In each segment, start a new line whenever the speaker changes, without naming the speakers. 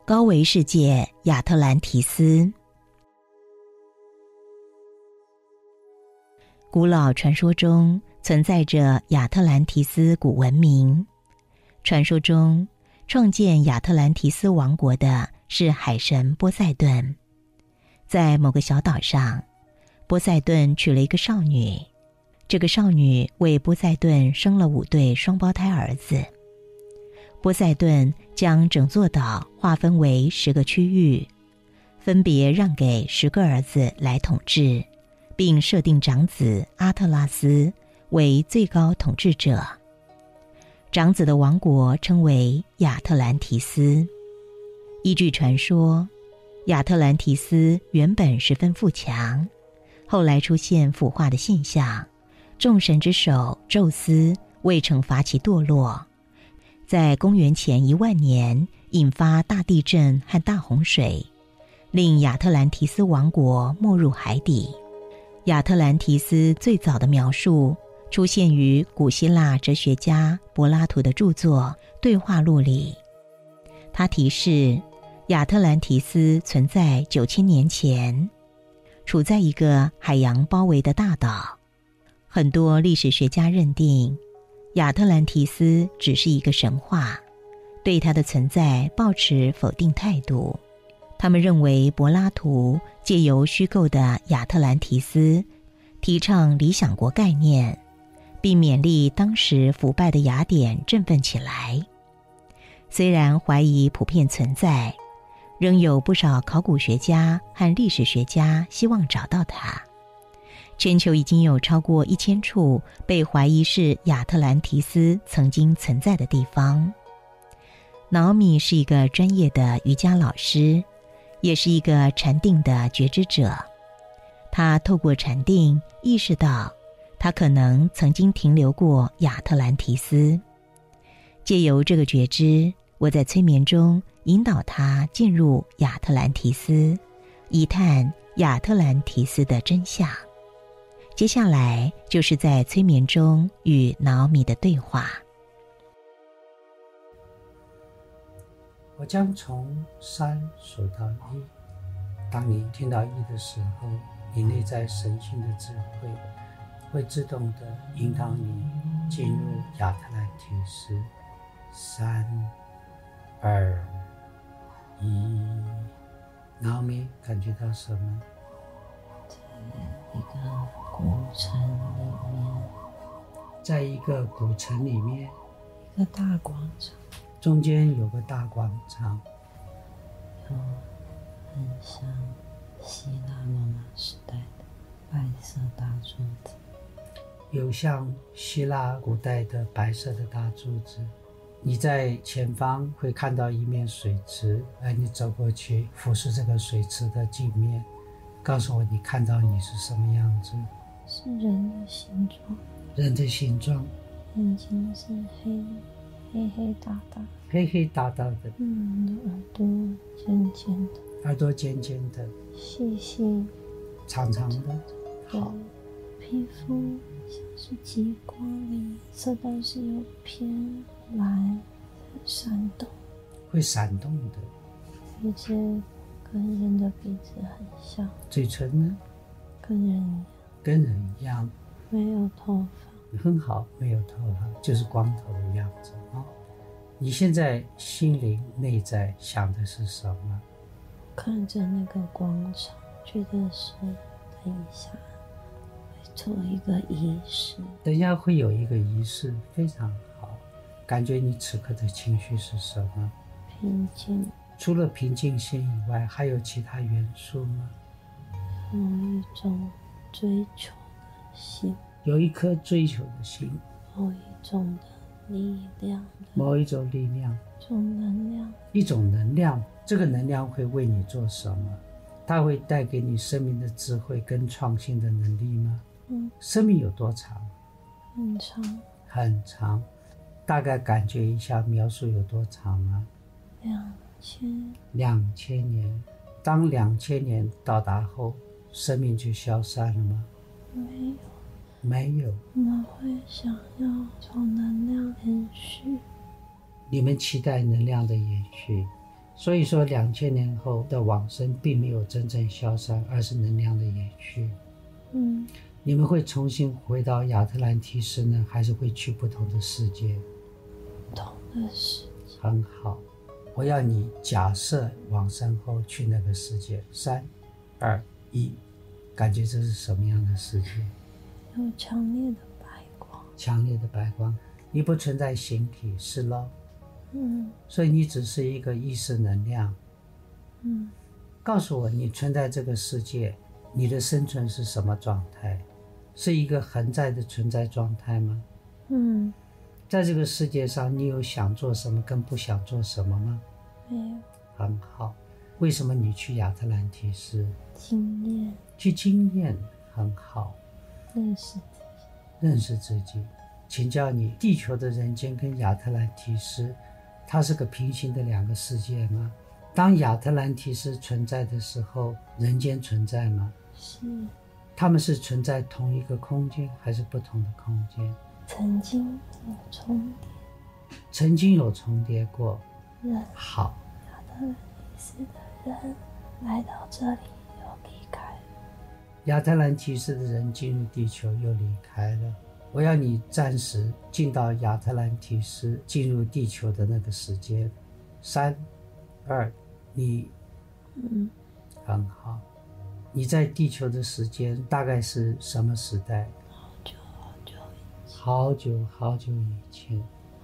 高维世界亚特兰提斯。古老传说中存在着亚特兰提斯古文明。传说中，创建亚特兰提斯王国的是海神波塞顿。在某个小岛上，波塞顿娶了一个少女。这个少女为波塞顿生了5对双胞胎儿子。波塞顿将整座岛划分为10个区域，分别让给10个儿子来统治，并设定长子阿特拉斯为最高统治者。长子的王国称为亚特兰提斯。依据传说，亚特兰提斯原本十分富强，后来出现腐化的现象，众神之首宙斯为惩罚其堕落，在公元前10000年引发大地震和大洪水，令亚特兰提斯王国没入海底。亚特兰提斯最早的描述出现于古希腊哲学家柏拉图的著作《对话录》里。他提示亚特兰提斯存在9000年前，处在一个海洋包围的大岛。很多历史学家认定亚特兰提斯只是一个神话，对它的存在抱持否定态度。他们认为柏拉图借由虚构的亚特兰提斯提倡理想国概念，并勉励当时腐败的雅典振奋起来。虽然怀疑普遍存在，仍有不少考古学家和历史学家希望找到它。全球已经有超过1000处被怀疑是亚特兰提斯曾经存在的地方。瑙米是一个专业的瑜伽老师，也是一个禅定的觉知者。他透过禅定意识到，他可能曾经停留过亚特兰提斯。借由这个觉知，我在催眠中引导他进入亚特兰提斯，一探亚特兰提斯的真相。接下来就是在催眠中与瑙米的对话。
我将从3数到1，当你听到1的时候，你内在神性的智慧会自动的引导你进入亚特兰提斯。3、2、1。瑙米感觉到什么？
一个古城里面，
在一个古城里面，
一个大广场，
中间有个大广场，
有很像希腊罗马时代的白色大柱子，
有像希腊古代的白色的大柱子。你在前方会看到一面水池，而你走过去俯视这个水池的镜面，告诉我你看到你是什么样子？
是人的形状，
人的形状，
眼睛是黑黑大大，
黑黑大大的，
的耳朵尖尖的，
耳朵尖尖的，
细细
长长的，好，
皮肤像是极光的颜色，但是又偏蓝，闪动，
会闪动的。
鼻子跟人的鼻子很像，
嘴唇呢？
跟人一样，没有头发。
很好，没有头发，就是光头的样子啊。你现在心灵内在想的是什么？
看着那个广场，觉得是等一下会做一个仪式。
等一下会有一个仪式，非常好。感觉你此刻的情绪是什么？
平静。
除了平静心以外，还有其他元素吗？
某一种追求的心，
有一颗追求的心，
某一种的力量，
某一种力量，
一种能量，
一种能量。这个能量会为你做什么？它会带给你生命的智慧跟创新的能力吗？生命有多长？
很长，
很长。大概感觉一下，描述有多长啊？2000年。当2000年到达后，生命就消散了吗？没有。
我们会想要从能量延续。
你们期待能量的延续， 所以说2000年后的往生并没有真正消散，而是能量的延续。你们会重新回到亚特兰提斯呢，还是会去不同的世界？
不同的世界。
很好，我要你假设往生后去那个世界。3、2、1，感觉这是什么样的世界？
有强烈的白光。
强烈的白光。你不存在形体，是咯？所以你只是一个意识能量。告诉我，你存在这个世界，你的生存是什么状态？是一个恒在的存在状态吗？在这个世界上，你有想做什么跟不想做什么吗？
没有。
很好。为什么你去亚特兰提斯？
经验。
去经验。很好。
认识自己。
认识自己。请教你，地球的人间跟亚特兰提斯，它是个平行的2个世界吗？当亚特兰提斯存在的时候，人间存在吗？
是。
他们是存在同一个空间，还是不同的空间？
曾经有重叠。
曾经有重叠过。好。
亚特兰提斯的人来到这里又离开了。
亚特兰提斯的人进入地球又离开了。我要你暂时进到亚特兰提斯，进入地球的那个时间。3、2，你很好。你在地球的时间大概是什么时代？好久好久以前。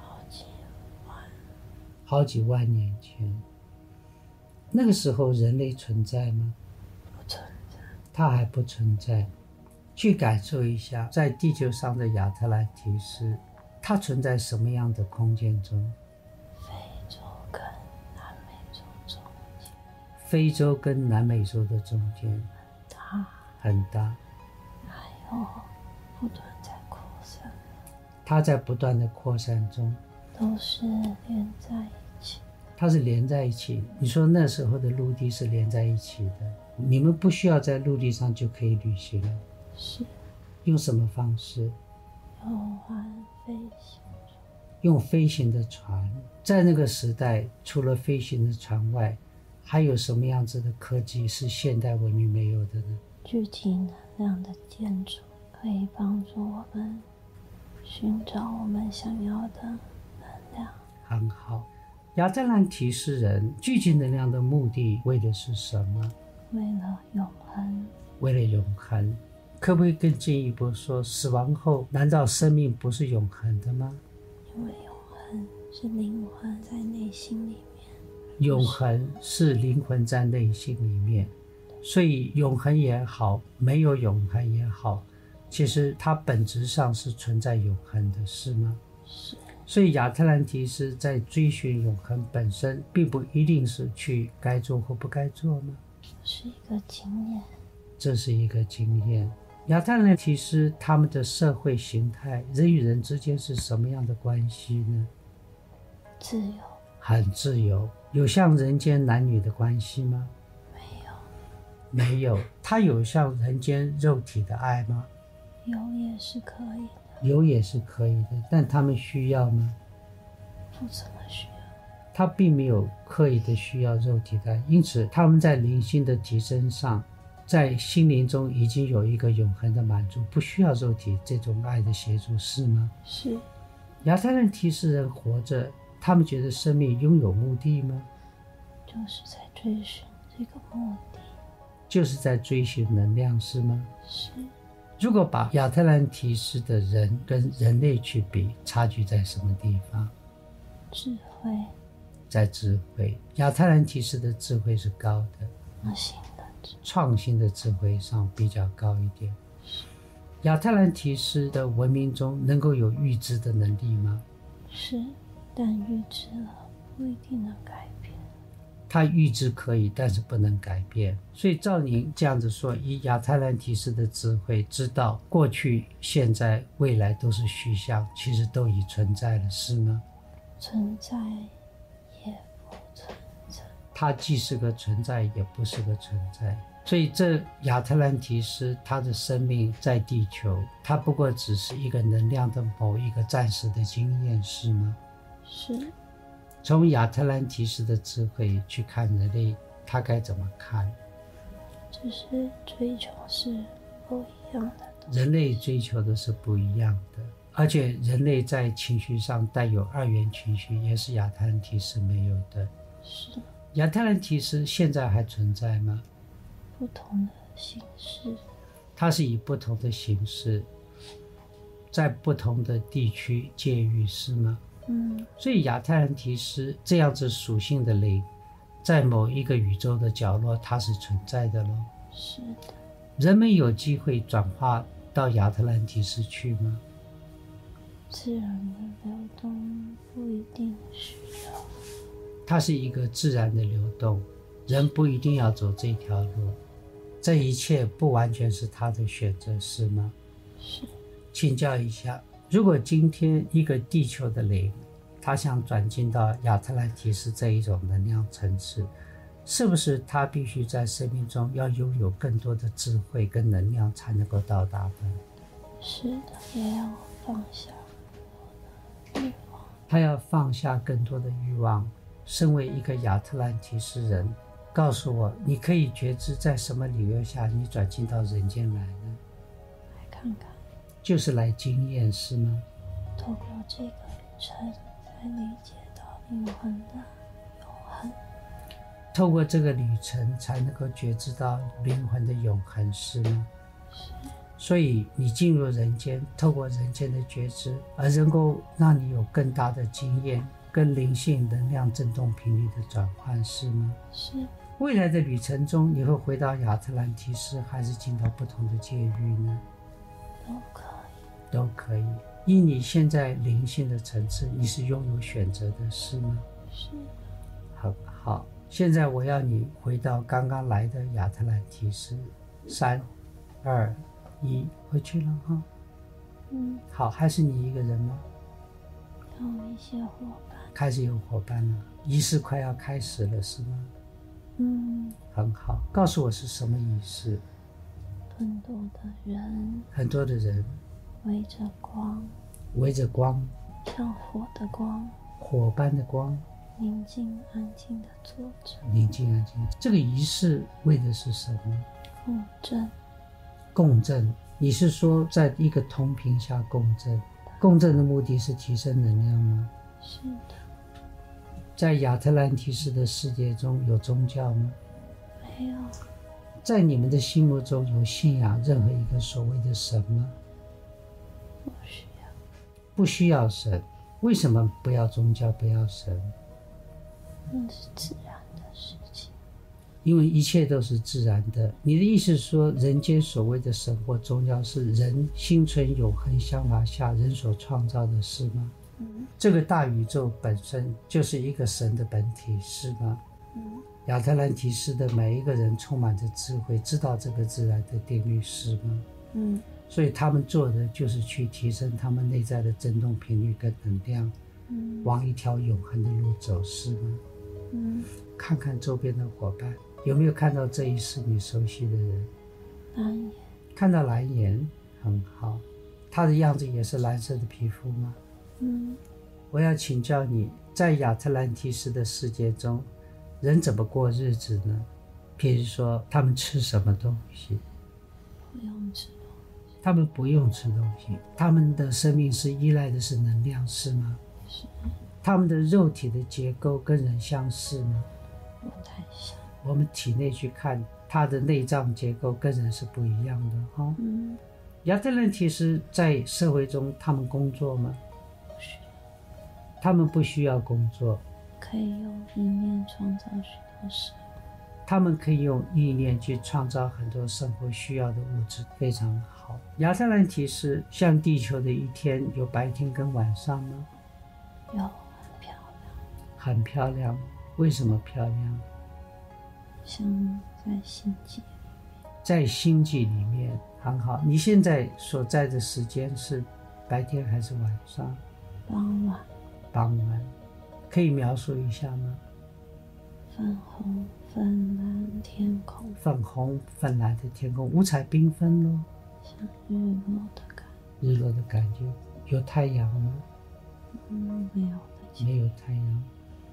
好几万年前。那个时候人类存在吗？
不存在。
它还不存在。去感受一下，在地球上的亚特兰提斯，它存在什么样的空间中？
非洲跟南美洲中间。
非洲跟南美洲的中间。很大。
还有不断在扩散。
它在不断的扩散中。
都是连在一起。
它是连在一起。你说那时候的陆地是连在一起的，你们不需要在陆地上就可以旅行了。
是。
用什么方式？
用飞行船。
用飞行的船。在那个时代，除了飞行的船外，还有什么样子的科技是现代文明没有的呢？
具体能量的建筑可以帮助我们寻找我们想要的能量。
很好。亚特兰提斯人聚集能量的目的为的是什么？
为了永恒。
为了永恒。可不可以更进一步说，死亡后难道生命不是永恒的吗？
因为永恒是灵魂在内心里面。
永恒是灵魂在内心里面，所以永恒也好，没有永恒也好，其实它本质上是存在永恒的，是吗？
是。
所以亚特兰提斯在追寻永恒本身，并不一定是去该做或不该做吗？
是一个经验。
这是一个经验。亚特兰提斯他们的社会形态，人与人之间是什么样的关系呢？
自由。
很自由。有像人间男女的关系吗？
没有。
没有。他有像人间肉体的爱吗？
有也是可以的。
有也是可以的，但他们需要吗？
不怎么需要。
他并没有刻意的需要肉体的爱，因此他们在灵性的提升上，在心灵中已经有一个永恒的满足，不需要肉体这种爱的协助，是吗？
是。
亚特兰提斯人活着，他们觉得生命拥有目的吗？
就是在追寻这个目的。
就是在追寻能量，是吗？
是。
如果把亚特兰提斯的人跟人类去比，差距在什么地方？
智慧。
在智慧。亚特兰提斯的智慧是高的。创新的智慧上比较高一点。亚特兰提斯的文明中能够有预知的能力吗？
是，但预知了不一定能改变。
它预知可以，但是不能改变。所以照您这样子说，以亚特兰提斯的智慧知道过去现在未来都是虚像，其实都已存在了，是吗？
存在也不存在。
它既是个存在也不是个存在。所以这亚特兰提斯它的生命在地球，它不过只是一个能量的某一个暂时的经验，是吗？
是。
从亚特兰提斯的智慧去看人类，他该怎么看？
只是追求是不一样的东西。
人类追求的是不一样的，而且人类在情绪上带有二元情绪，也是亚特兰提斯没有的。
是
亚特兰提斯现在还存在吗？
不同的形式。
它是以不同的形式，在不同的地区界域，是吗？所以亚特兰提斯这样子属性的灵，在某一个宇宙的角落，它是存在的咯。
是的。
人们有机会转化到亚特兰提斯去吗？
自然的流动不一定需要。
它是一个自然的流动，人不一定要走这条路，这一切不完全是他的选择，是吗？
是。
请教一下，如果今天一个地球的灵，他想转进到亚特兰提斯这一种能量层次，是不是他必须在生命中要拥有更多的智慧跟能量才能够到达的？
是的，也要放下欲望。
他要放下更多的欲望。身为一个亚特兰提斯人，告诉我，你可以觉知在什么理由下你转进到人间来呢？
来看看。
就是来经验，是吗？
透过这个旅程，才理解到灵魂的永恒。
透过这个旅程，才能够觉知到灵魂的永恒，是吗？
是。
所以你进入人间，透过人间的觉知，而能够让你有更大的经验跟灵性能量振动频率的转换，是吗？
是。
未来的旅程中，你会回到亚特兰提斯，还是进到不同的界域呢？
都可以。
都可以。以你现在灵性的层次，你是拥有选择的，是吗？
是。
很好。现在我要你回到刚刚来的亚特兰提斯，3、2、1，回去了哈。好，还是你一个人吗？
有一些伙伴。
开始有伙伴了，仪式快要开始了，是吗？很好。告诉我是什么仪式？
很多的人。
很多的人。
围着光。
围着光。
像火的光。
火般的光。
宁静安静的坐着。
宁静安静。这个仪式为的是什么？
共振。
共振。你是说在一个同频下共振？共振的目的是提升能量吗？
是的。
在亚特兰提斯的世界中有宗教吗？
没有。
在你们的心目中有信仰任何一个所谓的神吗？
不需要。
不需要神。为什么不要宗教，不要神？
那是自然的事情。
因为一切都是自然的。你的意思是说，人间所谓的神或宗教是人心存永恒想法下人所创造的，是吗？这个大宇宙本身就是一个神的本体，是吗？亚特兰提斯的每一个人充满着智慧，知道这个自然的定律，是吗？所以他们做的就是去提升他们内在的振动频率跟能量，往一条永恒的路走，是吗？看看周边的伙伴，有没有看到这一世你熟悉的人？
蓝颜。
看到蓝颜，很好。他的样子也是蓝色的皮肤吗？我要请教你，在亚特兰提斯的世界中，人怎么过日子呢？譬如说，他们吃什么东西？
不用吃东西。
他们不用吃东西，他们的生命是依赖的是能量，是吗？
是。
他们的肉体的结构跟人相似吗？
不太像。
我们体内去看，它的内脏结构跟人是不一样的哈。亚特兰提斯在社会中，他们工作吗？
不需要。
他们不需要工作。
可以用意念创造许多事。
他们可以用意念去创造很多生活需要的物质，非常好。亚特兰提斯像地球的一天有白天跟晚上吗？
有，很漂亮。
很漂亮。为什么漂亮？
像在星际里面。
在星际里面，很好。你现在所在的时间是白天还是晚上？
傍晚。
傍晚。可以描述一下吗？
粉红粉蓝天空。粉
红粉蓝的天空，五彩缤纷咯。
像日落的感觉。
日落的感觉。有太阳吗？
没有。
没有太阳。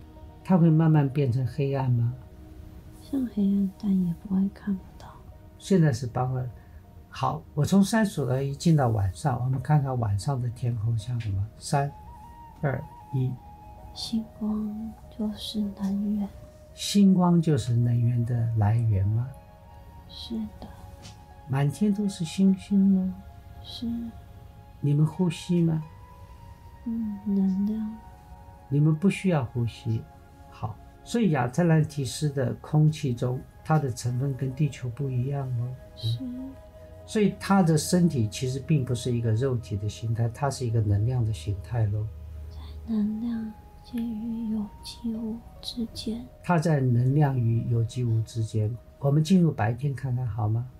它会慢慢变成黑暗吗？
像黑暗，但也不会看不到。
现在是傍晚。好，我从3数到1进到晚上，我们看看晚上的天空像什么。3、2、1。
星光就是能源。
星光就是能源的来源吗？
是的。
满天都是星星吗？
是。
你们呼吸吗？
能量。
你们不需要呼吸。好，所以亚特兰提斯的空气中，它的成分跟地球不一样哦。
是。
所以它的身体其实并不是一个肉体的形态，它是一个能量的形态咯。
在能量介于有机物之间。
它在能量与有机物之间。我们进入白天看看好吗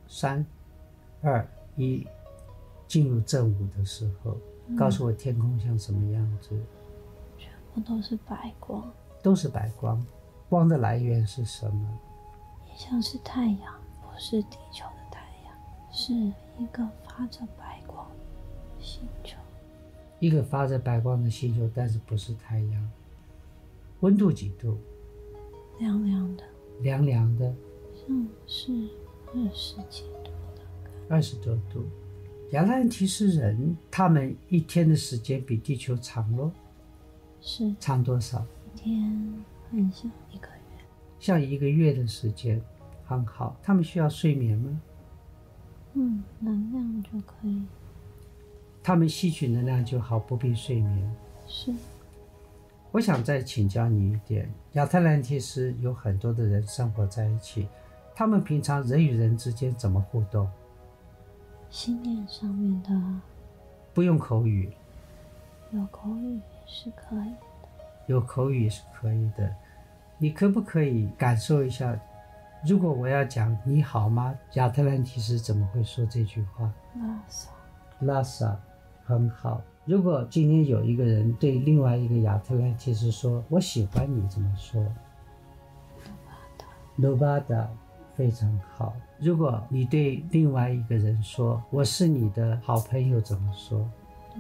？3、2、1，进入正午的时候，告诉我天空像什么样子？
全部都是白光。
都是白光。光的来源是什么？
也像是太阳，不是地球的太阳，是一个发着白光的星球。
一个发着白光的星球，但是不是太阳。温度几度？
凉凉的。
凉凉的。
像是20几度的。
20多度。亚特兰提斯人，他们一天的时间比地球长咯。
是。
长多少？
一天很像1个月。
像1个月的时间。很好。他们需要睡眠吗？
能量就可以。
他们吸取能量就好，不必睡眠。
是。
我想再请教你一点，亚特兰提斯有很多的人生活在一起，他们平常人与人之间怎么互动？
心念上面的。
不用口语。
有口语也是可以的。
有口语也是可以的。你可不可以感受一下，如果我要讲你好吗，亚特兰提斯怎么会说这句话？拉萨。很好。如果今天有一个人对另外一个亚特兰提斯说我喜欢你，怎么说？Novada。非常好。如果你对另外一个人说我是你的好朋友，怎么说？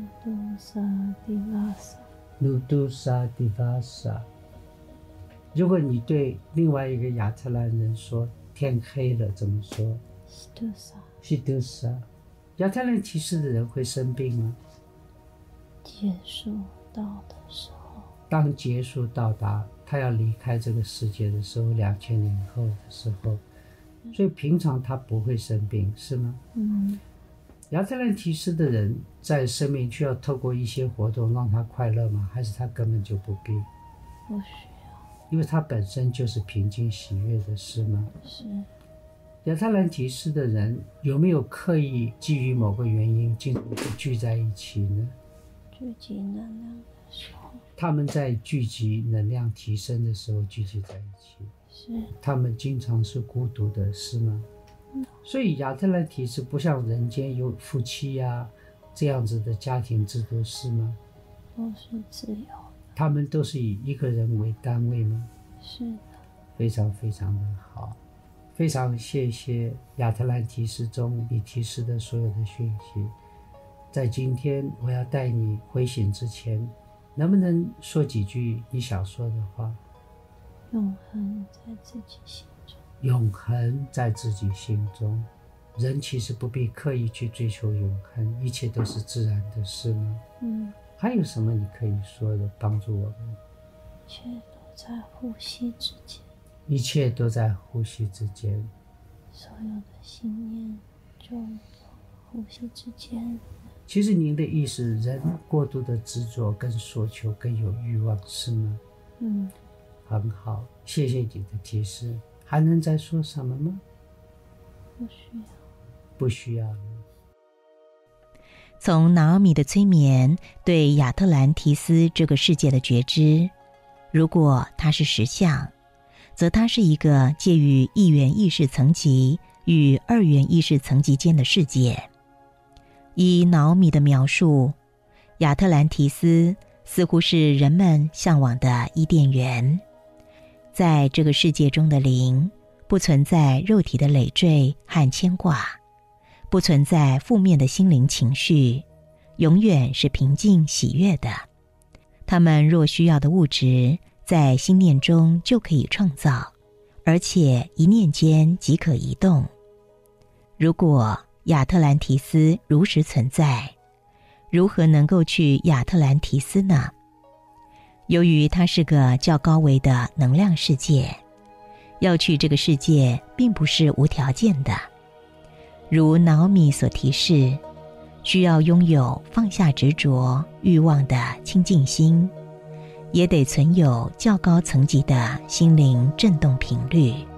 Nudusa Divasa。 如果你对另外一个亚特兰人说天黑了，怎么说？ Shidusa。 亚特兰提斯的人会生病吗？
结束到的时候。
当结束到达，他要离开这个世界的时候，2000年后的时候，所以平常他不会生病，是吗？亚特兰提斯的人在生命需要透过一些活动让他快乐吗？还是他根本就不必？
不需要。
因为他本身就是平静喜悦的，是吗？
是。
亚特兰提斯的人有没有刻意基于某个原因经常聚在一起呢？
聚集能量的时候。
他们在聚集能量提升的时候聚集在一起。
是。
他们经常是孤独的，是吗？所以亚特兰提斯不像人间有夫妻这样子的家庭制度，是吗？
都是自由的。
他们都是以一个人为单位吗？
是的。
非常非常的好。非常谢谢亚特兰提斯中你提示的所有的讯息。在今天我要带你回醒之前，能不能说几句你想说的话？
永恒在自己心中。
永恒在自己心中。人其实不必刻意去追求永恒，一切都是自然的，是吗？还有什么你可以说的帮助我们？
一切都在呼吸之间。
一切都在呼吸之间。
所有的信念就呼吸之间。
其实您的意思，人过度的执着跟所求跟有欲望，是吗？很好，谢谢你的提示。还能再说什么吗？
不需要。
不需要了。
从拿俄米的催眠对亚特兰提斯这个世界的觉知，如果它是实相，则它是一个介于1元意识层级与2元意识层级间的世界。依拿俄米的描述，亚特兰提斯似乎是人们向往的伊甸园。在这个世界中的灵，不存在肉体的累赘和牵挂，不存在负面的心灵情绪，永远是平静喜悦的。他们若需要的物质， 在心念中就可以创造，而且一念间即可移动。如果亚特兰提斯如实存在，如何能够去亚特兰提斯呢？由于它是个较高维的能量世界，要去这个世界并不是无条件的。如瑙米所提示，需要拥有放下执着欲望的清净心，也得存有较高层级的心灵振动频率。